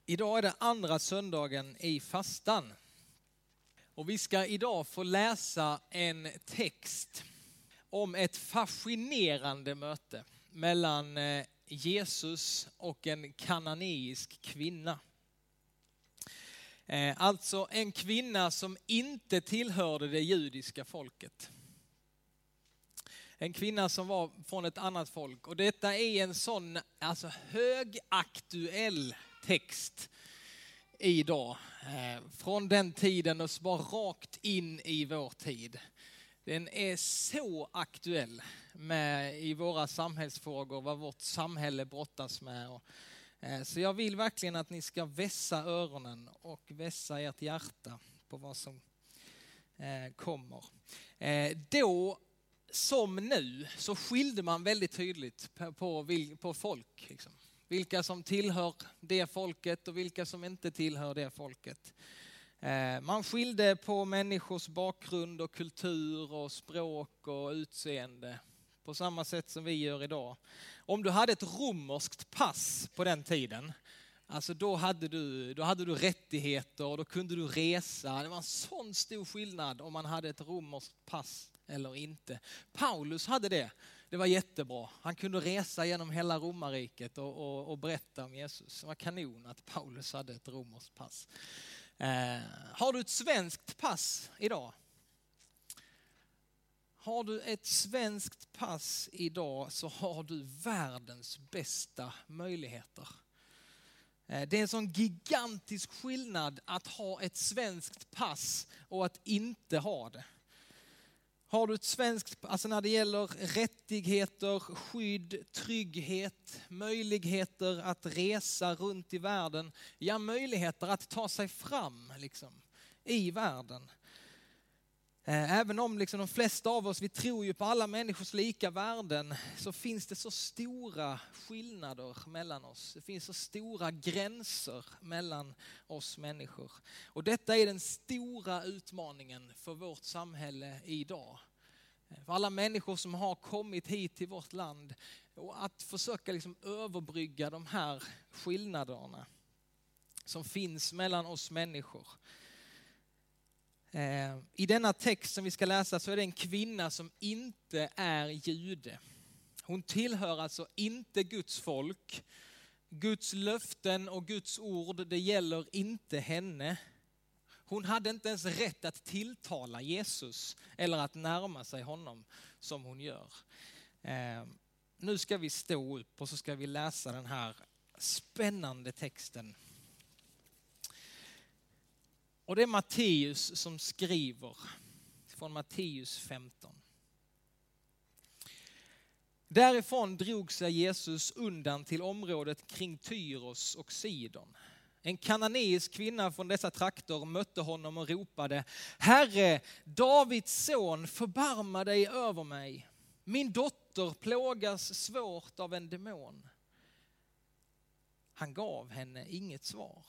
Idag är det andra söndagen i fastan. Och vi ska idag få läsa en text om ett fascinerande möte mellan Jesus och en kananeisk kvinna. Alltså en kvinna som inte tillhörde det judiska folket. En kvinna som var från ett annat folk. Och detta är en sån högaktuell text idag. Från den tiden och bara rakt in i vår tid. Den är så aktuell i våra samhällsfrågor, vad vårt samhälle brottas med. Så jag vill verkligen att ni ska vässa öronen och vässa ert hjärta på vad som kommer. Då som nu så skilde man väldigt tydligt på folk. Liksom. Vilka som tillhör det folket och vilka som inte tillhör det folket. Man skilde på människors bakgrund och kultur och språk och utseende. På samma sätt som vi gör idag. Om du hade ett romerskt pass på den tiden. Alltså då hade du rättigheter och då kunde du resa. Det var en sån stor skillnad om man hade ett romerskt pass eller inte. Paulus hade det. Det var jättebra. Han kunde resa genom hela romarriket och berätta om Jesus. Det var kanon att Paulus hade ett romerskt pass. Har du ett svenskt pass idag? Har du ett svenskt pass idag så har du världens bästa möjligheter. Det är en sån gigantisk skillnad att ha ett svenskt pass och att inte ha det. Har du ett svenskt, alltså när det gäller rättigheter, skydd, trygghet, möjligheter att resa runt i världen, ja möjligheter att ta sig fram liksom, i världen. Även om liksom de flesta av oss, vi tror ju på alla människors lika värden, så finns det så stora skillnader mellan oss. Det finns så stora gränser mellan oss människor. Och detta är den stora utmaningen för vårt samhälle idag. För alla människor som har kommit hit till vårt land och att försöka liksom överbrygga de här skillnaderna som finns mellan oss människor. I denna text som vi ska läsa så är det en kvinna som inte är jude. Hon tillhör alltså inte Guds folk. Guds löften och Guds ord, det gäller inte henne. Hon hade inte ens rätt att tilltala Jesus eller att närma sig honom som hon gör. Nu ska vi stå upp och så ska vi läsa den här spännande texten. Och det är Matteus som skriver från Matteus 15. Därifrån drog sig Jesus undan till området kring Tyros och Sidon. En kananeisk kvinna från dessa trakter mötte honom och ropade: Herre, Davids son, förbarma dig över mig. Min dotter plågas svårt av en demon. Han gav henne inget svar.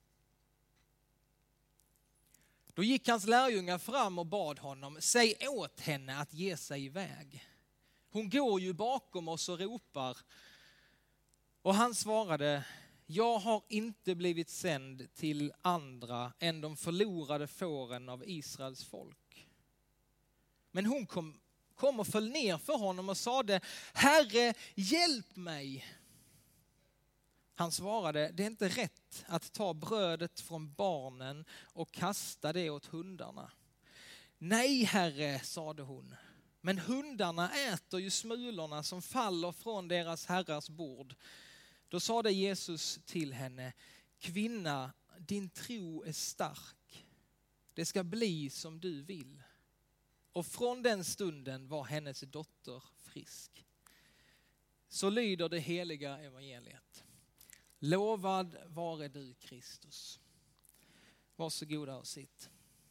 Då gick hans lärjungar fram och bad honom: säg åt henne att ge sig iväg. Hon går ju bakom oss och ropar. Och han svarade: jag har inte blivit sänd till andra än de förlorade fåren av Israels folk. Men hon kom och föll ner för honom och sade: Herre, hjälp mig. Han svarade: det är inte rätt att ta brödet från barnen och kasta det åt hundarna. Nej, Herre, sade hon. Men hundarna äter ju smulorna som faller från deras herrars bord. Då sade Jesus till henne: kvinna, din tro är stark. Det ska bli som du vill. Och från den stunden var hennes dotter frisk. Så lyder det heliga evangeliet. Lovad vare du, Kristus. Varsågoda och sitt.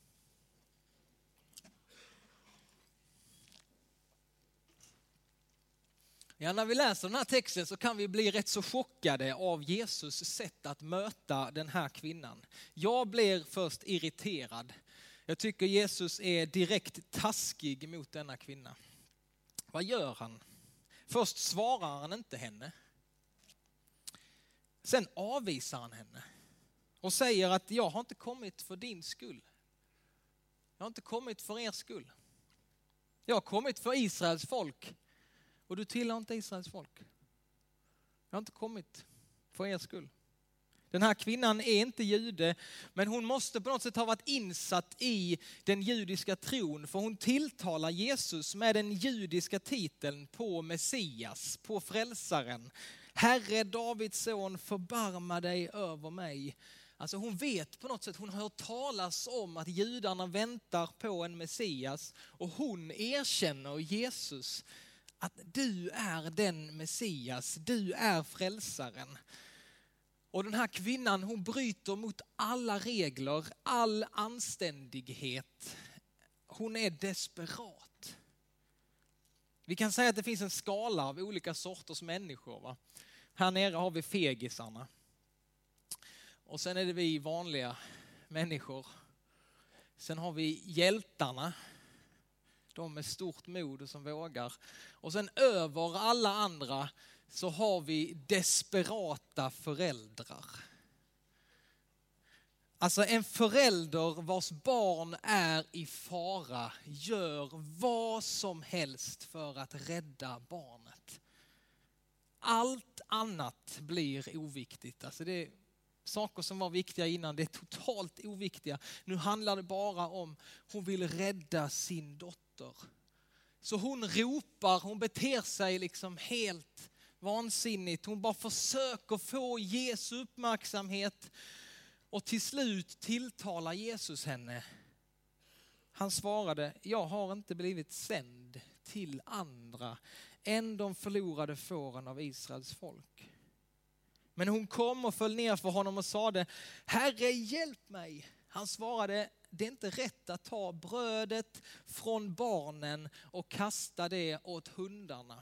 Ja, när vi läser den här texten så kan vi bli rätt så chockade av Jesus sätt att möta den här kvinnan. Jag blir först irriterad. Jag tycker Jesus är direkt taskig mot denna kvinna. Vad gör han? Först svarar han inte henne. Sen avvisar han henne. och säger att jag har inte kommit för din skull. Jag har inte kommit för er skull. Jag har kommit för Israels folk och du tillhör inte Israels folk. Jag har inte kommit för er skull. Den här kvinnan är inte jude, men hon måste på något sätt ha varit insatt i den judiska tron, för hon tilltalar Jesus med den judiska titeln på Messias, på frälsaren. Herre Davids son, förbarma dig över mig. Alltså hon vet på något sätt, hon har hört talas om att judarna väntar på en Messias och hon erkänner Jesus att du är den Messias, du är frälsaren. Och den här kvinnan, hon bryter mot alla regler, all anständighet. Hon är desperat. Vi kan säga att det finns en skala av olika sorters människor. Va? Här nere har vi fegisarna. Och sen är det vi vanliga människor. Sen har vi hjältarna. De med stort mod och som vågar. Och sen över alla andra så har vi desperata föräldrar. Alltså en förälder vars barn är i fara gör vad som helst för att rädda barnet. Allt annat blir oviktigt. Alltså det är saker som var viktiga innan, det är totalt oviktiga. Nu handlar det bara om hon vill rädda sin dotter. Så hon ropar, hon beter sig liksom helt vansinnigt. Hon bara försöker få Jesu uppmärksamhet och till slut tilltalar Jesus henne. Han svarade, jag har inte blivit sänd till andra än de förlorade fåren av Israels folk. Men hon kom och föll ner för honom och sade, Herre hjälp mig. Han svarade, det är inte rätt att ta brödet från barnen och kasta det åt hundarna.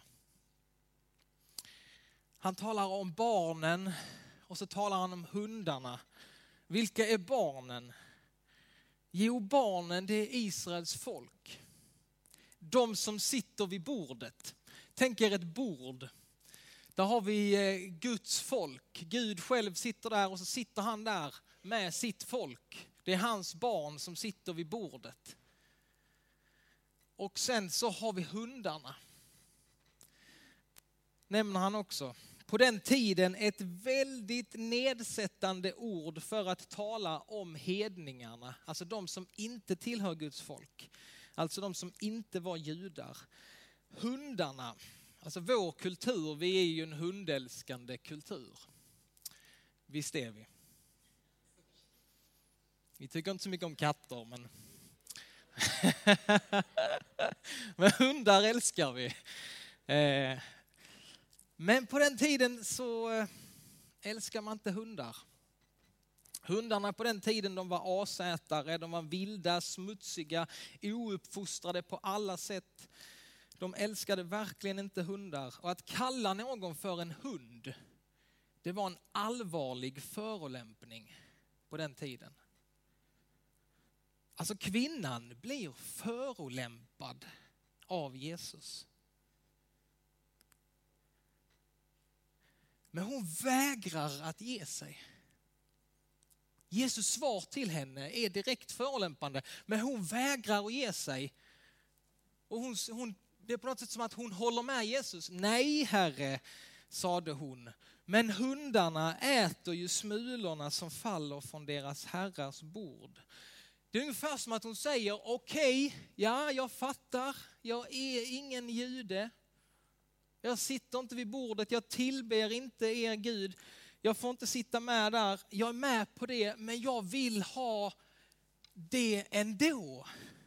Han talar om barnen och så talar han om hundarna. Vilka är barnen? Jo, barnen det är Israels folk. De som sitter vid bordet. Tänk er ett bord. Där har vi Guds folk. Gud själv sitter där och så sitter han där med sitt folk. Det är hans barn som sitter vid bordet. Och sen så har vi hundarna. Nämner han också. På den tiden ett väldigt nedsättande ord för att tala om hedningarna. Alltså de som inte tillhör Guds folk. Alltså de som inte var judar. Hundarna, alltså vår kultur, vi är ju en hundälskande kultur. Visst är vi. Vi tycker inte så mycket om katter, men men hundar älskar vi. Men på den tiden så älskar man inte hundar. Hundarna på den tiden de var asätare, de var vilda, smutsiga, ouppfostrade på alla sätt. De älskade verkligen inte hundar. Och att kalla någon för en hund, det var en allvarlig förolämpning på den tiden. Alltså kvinnan blir förolämpad av Jesus. Men hon vägrar att ge sig. Jesus svar till henne är direkt förolämpande, men hon vägrar att ge sig. Och det är på något sätt som att hon håller med Jesus. Nej, Herre, sade hon. Men hundarna äter ju smulorna som faller från deras herrars bord. Det är ungefär som att hon säger, okej, ja, jag fattar. Jag är ingen jude. Jag sitter inte vid bordet, jag tillber inte er Gud. Jag får inte sitta med där. Jag är med på det, men jag vill ha det ändå.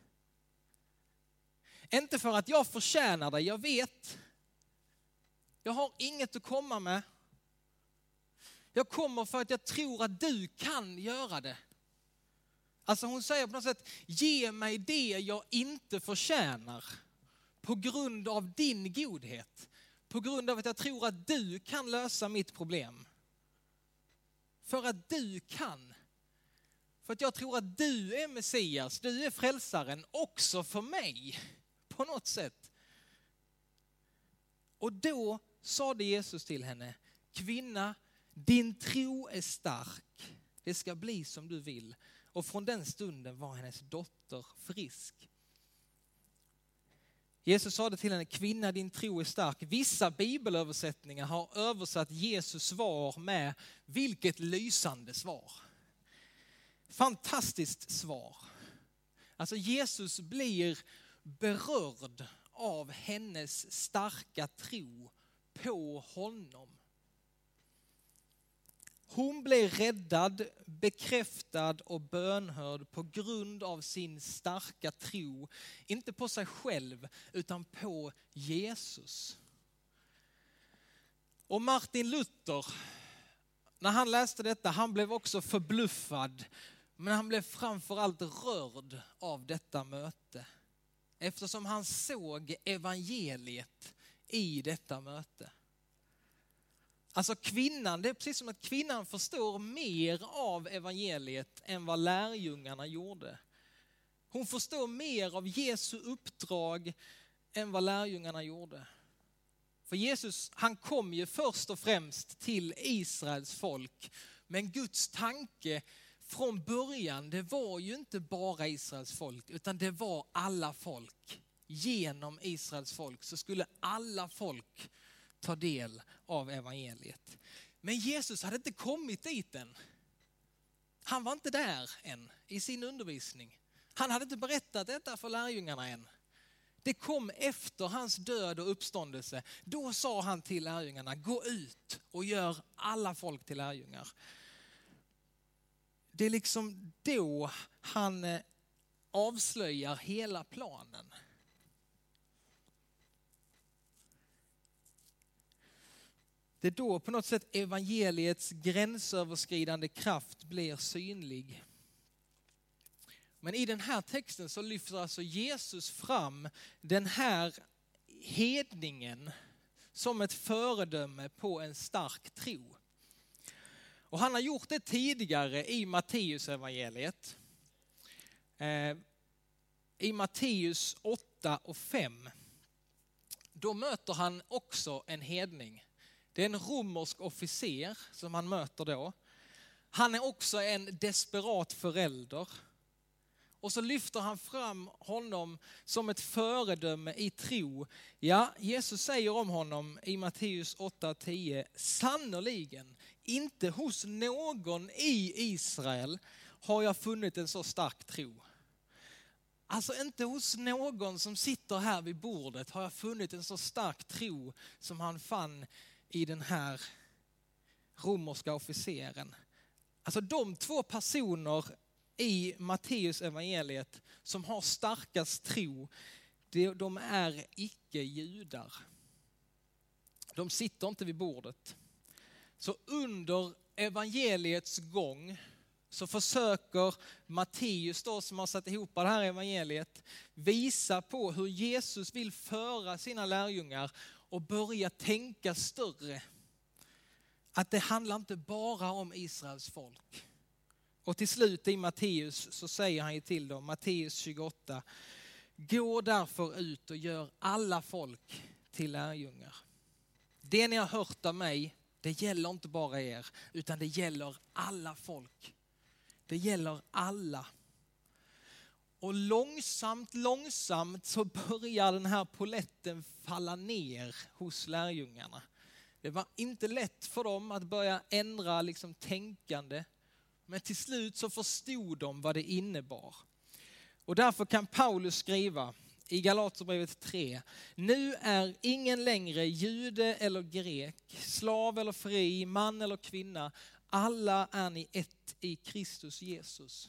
Inte för att jag förtjänar det, jag vet. Jag har inget att komma med. Jag kommer för att jag tror att du kan göra det. Alltså hon säger på något sätt, ge mig det jag inte förtjänar. På grund av din godhet. På grund av att jag tror att du kan lösa mitt problem. För att du kan. För att jag tror att du är Messias, du är frälsaren också för mig. På något sätt. Och då sade Jesus till henne, kvinna, din tro är stark. Det ska bli som du vill. Och från den stunden var hennes dotter frisk. Jesus sa det till henne, kvinna din tro är stark. Vissa bibelöversättningar har översatt Jesus svar med vilket lysande svar. Fantastiskt svar. Alltså Jesus blir berörd av hennes starka tro på honom. Hon blev räddad, bekräftad och bönhörd på grund av sin starka tro. Inte på sig själv utan på Jesus. Och Martin Luther, när han läste detta, han blev också förbluffad. Men han blev framförallt rörd av detta möte. Eftersom han såg evangeliet i detta möte. Alltså kvinnan, det är precis som att kvinnan förstår mer av evangeliet än vad lärjungarna gjorde. Hon förstår mer av Jesu uppdrag än vad lärjungarna gjorde. För Jesus, han kom ju först och främst till Israels folk. Men Guds tanke från början, det var ju inte bara Israels folk, utan det var alla folk. Genom Israels folk så skulle alla folk ta del av evangeliet. Men Jesus hade inte kommit dit än. Han var inte där än i sin undervisning. Han hade inte berättat detta för lärjungarna än. Det kom efter hans död och uppståndelse. Då sa han till lärjungarna, gå ut och gör alla folk till lärjungar. Det är liksom då han avslöjar hela planen. Det är då på något sätt evangeliets gränsöverskridande kraft blir synlig. Men i den här texten så lyfter alltså Jesus fram den här hedningen som ett föredöme på en stark tro. Och han har gjort det tidigare i Matteus evangeliet. I Matteus 8 och 5. Då möter han också en hedning. Det är en romersk officer som han möter då. Han är också en desperat förälder. Och så lyfter han fram honom som ett föredöme i tro. Ja, Jesus säger om honom i Matteus 8:10. Sannoliken, inte hos någon i Israel har jag funnit en så stark tro. Alltså inte hos någon som sitter här vid bordet har jag funnit en så stark tro som han fann i den här romerska officeren. Alltså de två personer i Matteus evangeliet som har starkast tro, de är icke-judar. De sitter inte vid bordet. Så under evangeliets gång så försöker Matteus då, som har satt ihop det här evangeliet, visa på hur Jesus vill föra sina lärjungar och börja tänka större. Att det handlar inte bara om Israels folk. Och till slut i Matteus så säger han ju till dem, Matteus 28, gå därför ut och gör alla folk till lärjungar. Det ni har hört av mig, det gäller inte bara er, utan det gäller alla folk. Det gäller alla. Och långsamt så börjar den här poletten falla ner hos lärjungarna. Det var inte lätt för dem att börja ändra tänkande. Men till slut så förstod de vad det innebar. Och därför kan Paulus skriva i Galaterbrevet 3. Nu är ingen längre jude eller grek, slav eller fri, man eller kvinna. Alla är ni ett i Kristus Jesus.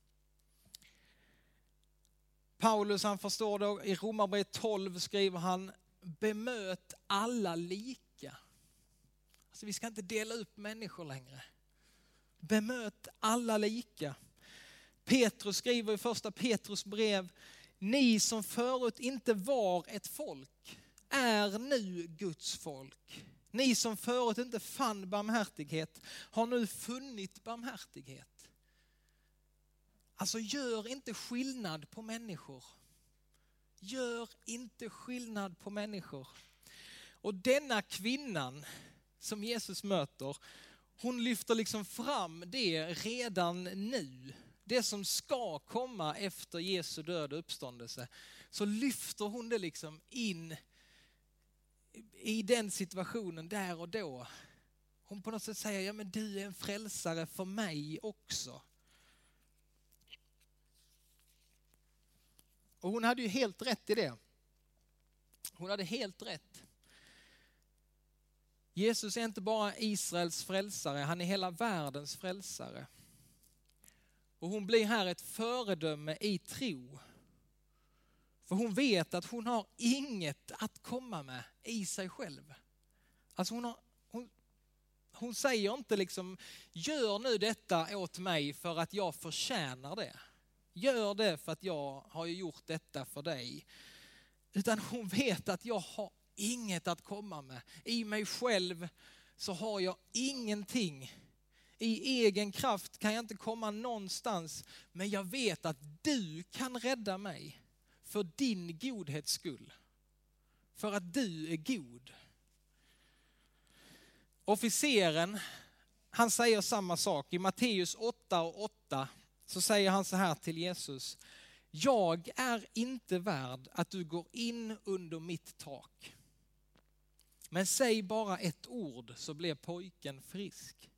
Paulus, han förstår då i Romarbrevet 12 skriver han, bemöt alla lika. Alltså vi ska inte dela upp människor längre. Bemöt alla lika. Petrus skriver i första Petrus brev, ni som förut inte var ett folk är nu Guds folk. Ni som förut inte fann barmhärtighet har nu funnit barmhärtighet. Alltså gör inte skillnad på människor. Gör inte skillnad på människor. Och denna kvinnan som Jesus möter, Hon lyfter liksom fram det redan nu. Det som ska komma efter Jesu död och uppståndelse. Så lyfter hon det liksom in i den situationen där och då. Hon på något sätt säger, ja men du är en frälsare för mig också. Och hon hade ju helt rätt i det. Hon hade helt rätt. Jesus är inte bara Israels frälsare, han är hela världens frälsare. Och hon blir här ett föredöme i tro. För hon vet att hon har inget att komma med i sig själv. Alltså hon säger inte liksom, gör nu detta åt mig för att jag förtjänar det. Gör det för att jag har gjort detta för dig. Utan hon vet att jag har inget att komma med. I mig själv så har jag ingenting. I egen kraft kan jag inte komma någonstans. Men jag vet att du kan rädda mig för din godhets skull. För att du är god. Officeren, han säger samma sak. I Matteus 8:8 så säger han så här till Jesus. Jag är inte värd att du går in under mitt tak. Men säg bara ett ord så blir pojken frisk.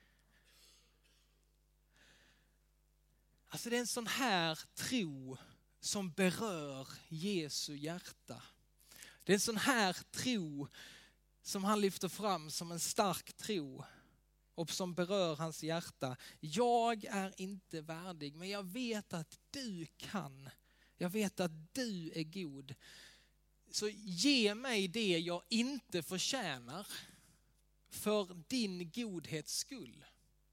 Alltså det är en sån här tro som berör Jesu hjärta. Det är en sån här tro som han lyfter fram som en stark tro och som berör hans hjärta. Jag är inte värdig, men jag vet att du kan. Jag vet att du är god. Så ge mig det jag inte förtjänar för din godhets skull.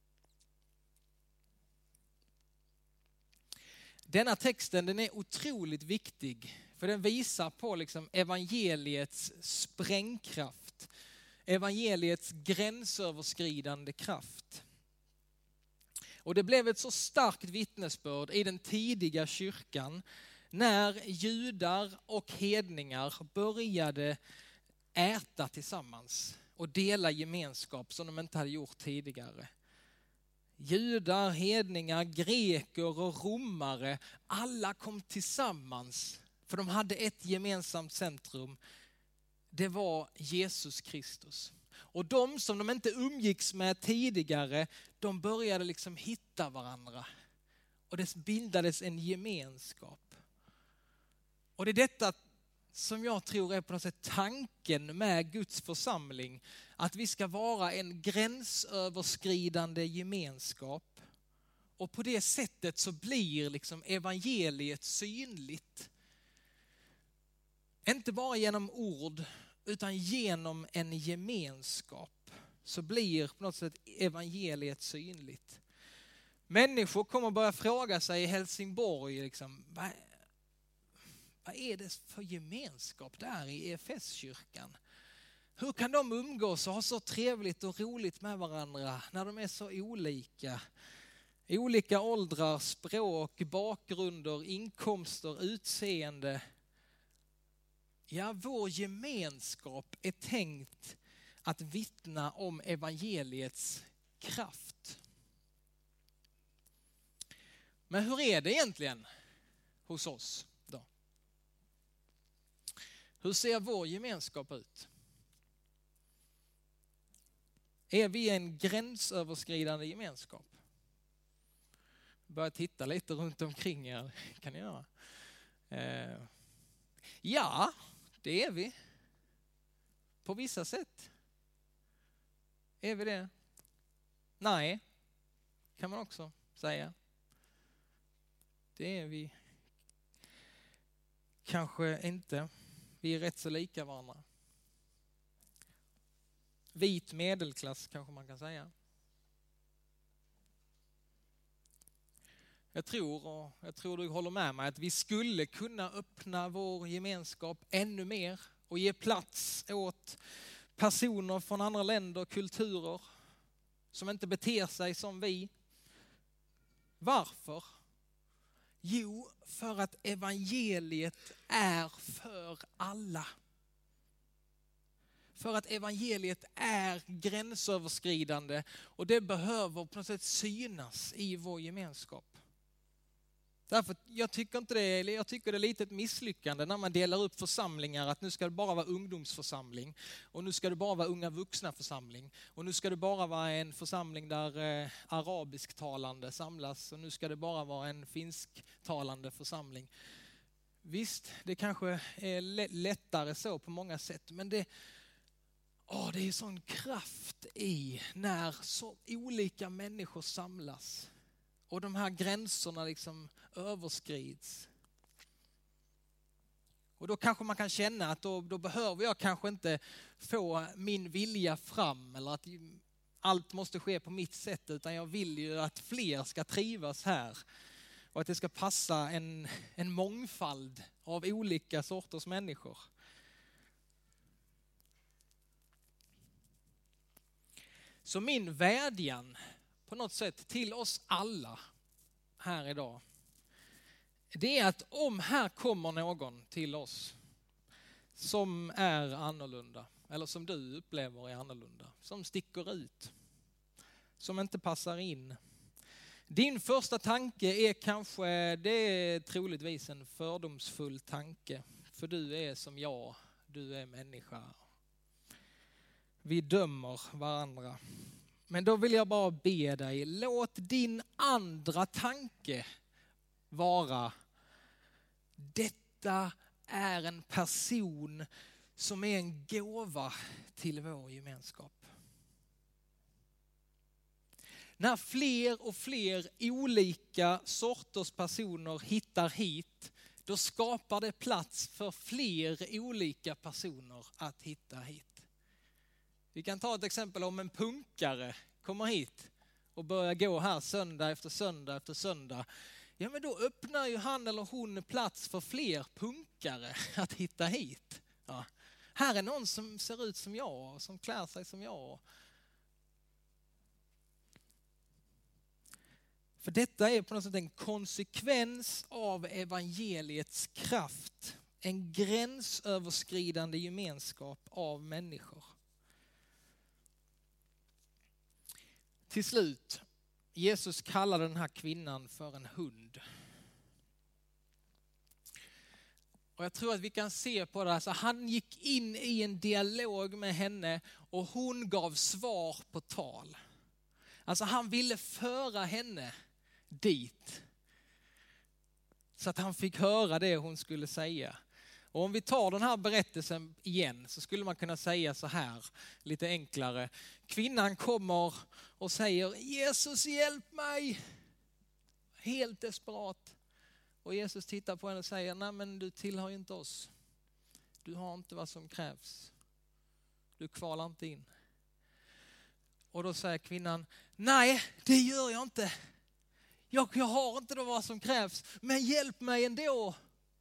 Denna texten, den är otroligt viktig för den visar på liksom evangeliets sprängkraft. Evangeliets gränsöverskridande kraft. Och det blev ett så starkt vittnesbörd i den tidiga kyrkan när judar och hedningar började äta tillsammans och dela gemenskap som de inte hade gjort tidigare. Judar, hedningar, greker och romare, alla kom tillsammans för de hade ett gemensamt centrum. Det var Jesus Kristus. Och de som de inte umgicks med tidigare, de började liksom hitta varandra. Och det bildades en gemenskap. Och det är detta som jag tror är på något sätt tanken med Guds församling. Att vi ska vara en gränsöverskridande gemenskap. Och på det sättet så blir liksom evangeliet synligt. Inte bara genom ord utan genom en gemenskap så blir på något sätt evangeliet synligt. Människor kommer börja fråga sig i Helsingborg liksom, vad är det för gemenskap där i EFS-kyrkan? Hur kan de umgås och ha så trevligt och roligt med varandra när de är så olika? Olika åldrar, språk, bakgrunder, inkomster, utseende. Ja, vår gemenskap är tänkt att vittna om evangeliets kraft. Men hur är det egentligen hos oss då? Hur ser vår gemenskap ut? Är vi en gränsöverskridande gemenskap? Börja titta lite runt omkring er, kan ni göra. Ja, det är vi. På vissa sätt. Är vi det? Nej, kan man också säga. Det är vi kanske inte. Vi är rätt så lika varandra. Vit medelklass kanske man kan säga. Jag tror du håller med mig att vi skulle kunna öppna vår gemenskap ännu mer och ge plats åt personer från andra länder och kulturer som inte beter sig som vi. Varför? Jo, för att evangeliet är för alla. För att evangeliet är gränsöverskridande och det behöver på något sätt synas i vår gemenskap. Därför jag tycker det är lite ett misslyckande när man delar upp församlingar, att nu ska det bara vara ungdomsförsamling och nu ska det bara vara unga vuxna församling och nu ska det bara vara en församling där arabisktalande samlas och nu ska det bara vara en finsktalande församling. Visst, det kanske är lättare så på många sätt, men det är sån kraft i när så olika människor samlas och de här gränserna liksom överskrids. Och då kanske man kan känna att då behöver jag kanske inte få min vilja fram eller att allt måste ske på mitt sätt, utan jag vill ju att fler ska trivas här och att det ska passa en mångfald av olika sorters människor. Så min vädjan på något sätt till oss alla här idag, det är att om här kommer någon till oss som är annorlunda, eller som du upplever är annorlunda, som sticker ut, som inte passar in. Din första tanke är kanske, det är troligtvis en fördomsfull tanke, för du är som jag, du är människa. Vi dömer varandra. Men då vill jag bara be dig, låt din andra tanke vara: detta är en person som är en gåva till vår gemenskap. När fler och fler olika sorters personer hittar hit, då skapar det plats för fler olika personer att hitta hit. Vi kan ta ett exempel om en punkare kommer hit och börjar gå här söndag efter söndag efter söndag. Ja, men då öppnar ju han eller hon plats för fler punkare att hitta hit. Ja. Här är någon som ser ut som jag, som klär sig som jag. För detta är på något sätt en konsekvens av evangeliets kraft. En gränsöverskridande gemenskap av människor. Till slut, Jesus kallar den här kvinnan för en hund. Och jag tror att vi kan se på det här. Så han gick in i en dialog med henne och hon gav svar på tal. Alltså han ville föra henne dit. Så att han fick höra det hon skulle säga. Och om vi tar den här berättelsen igen så skulle man kunna säga så här, lite enklare. Kvinnan kommer och säger: Jesus, hjälp mig! Helt desperat. Och Jesus tittar på henne och säger: nej, men du tillhör ju inte oss. Du har inte vad som krävs. Du kvalar inte in. Och då säger kvinnan: nej, det gör jag inte. Jag har inte vad som krävs, men hjälp mig ändå.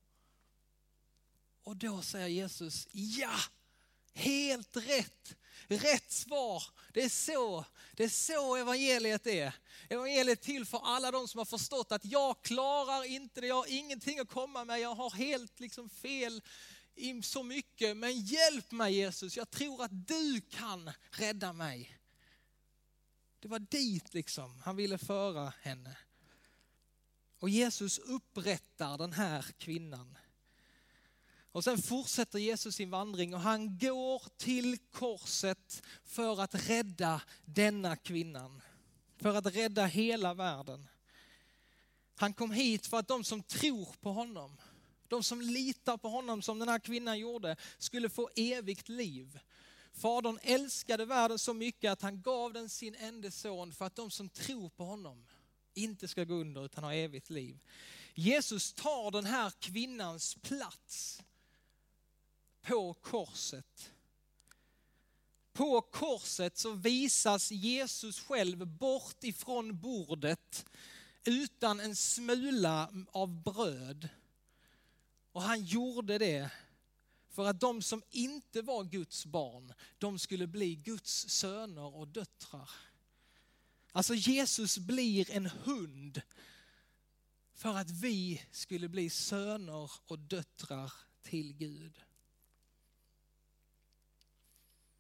Och då säger Jesus: ja, helt rätt. Rätt svar. Det är så evangeliet är. Evangeliet är till för alla de som har förstått att jag klarar inte det. Jag har ingenting att komma med. Jag har helt fel i så mycket. Men hjälp mig Jesus. Jag tror att du kan rädda mig. Det var dit han ville föra henne. Och Jesus upprättar den här kvinnan. Och sen fortsätter Jesus sin vandring och han går till korset för att rädda denna kvinnan. För att rädda hela världen. Han kom hit för att de som tror på honom, de som litar på honom som den här kvinnan gjorde, skulle få evigt liv. Fadern älskade världen så mycket att han gav den sin enda son för att de som tror på honom inte ska gå under utan ha evigt liv. Jesus tar den här kvinnans plats på korset. På korset så visas Jesus själv bort ifrån bordet utan en smula av bröd. Och han gjorde det för att de som inte var Guds barn, de skulle bli Guds söner och döttrar. Alltså Jesus blir en hund för att vi skulle bli söner och döttrar till Gud.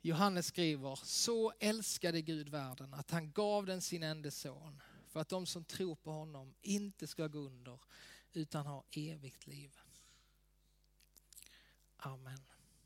Johannes skriver, så älskade Gud världen att han gav den sin enda son för att de som tror på honom inte ska gå under utan ha evigt liv. Amen.